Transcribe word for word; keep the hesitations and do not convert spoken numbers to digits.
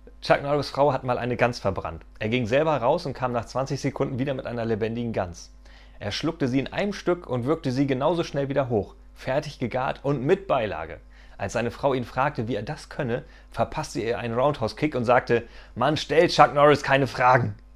Chuck Norris' Frau hat mal eine Gans verbrannt. Er ging selber raus und kam nach zwanzig Sekunden wieder mit einer lebendigen Gans. Er schluckte sie in einem Stück und würgte sie genauso schnell wieder hoch, fertig gegart und mit Beilage. Als seine Frau ihn fragte, wie er das könne, verpasste er einen Roundhouse-Kick und sagte: Mann, stell Chuck Norris keine Fragen.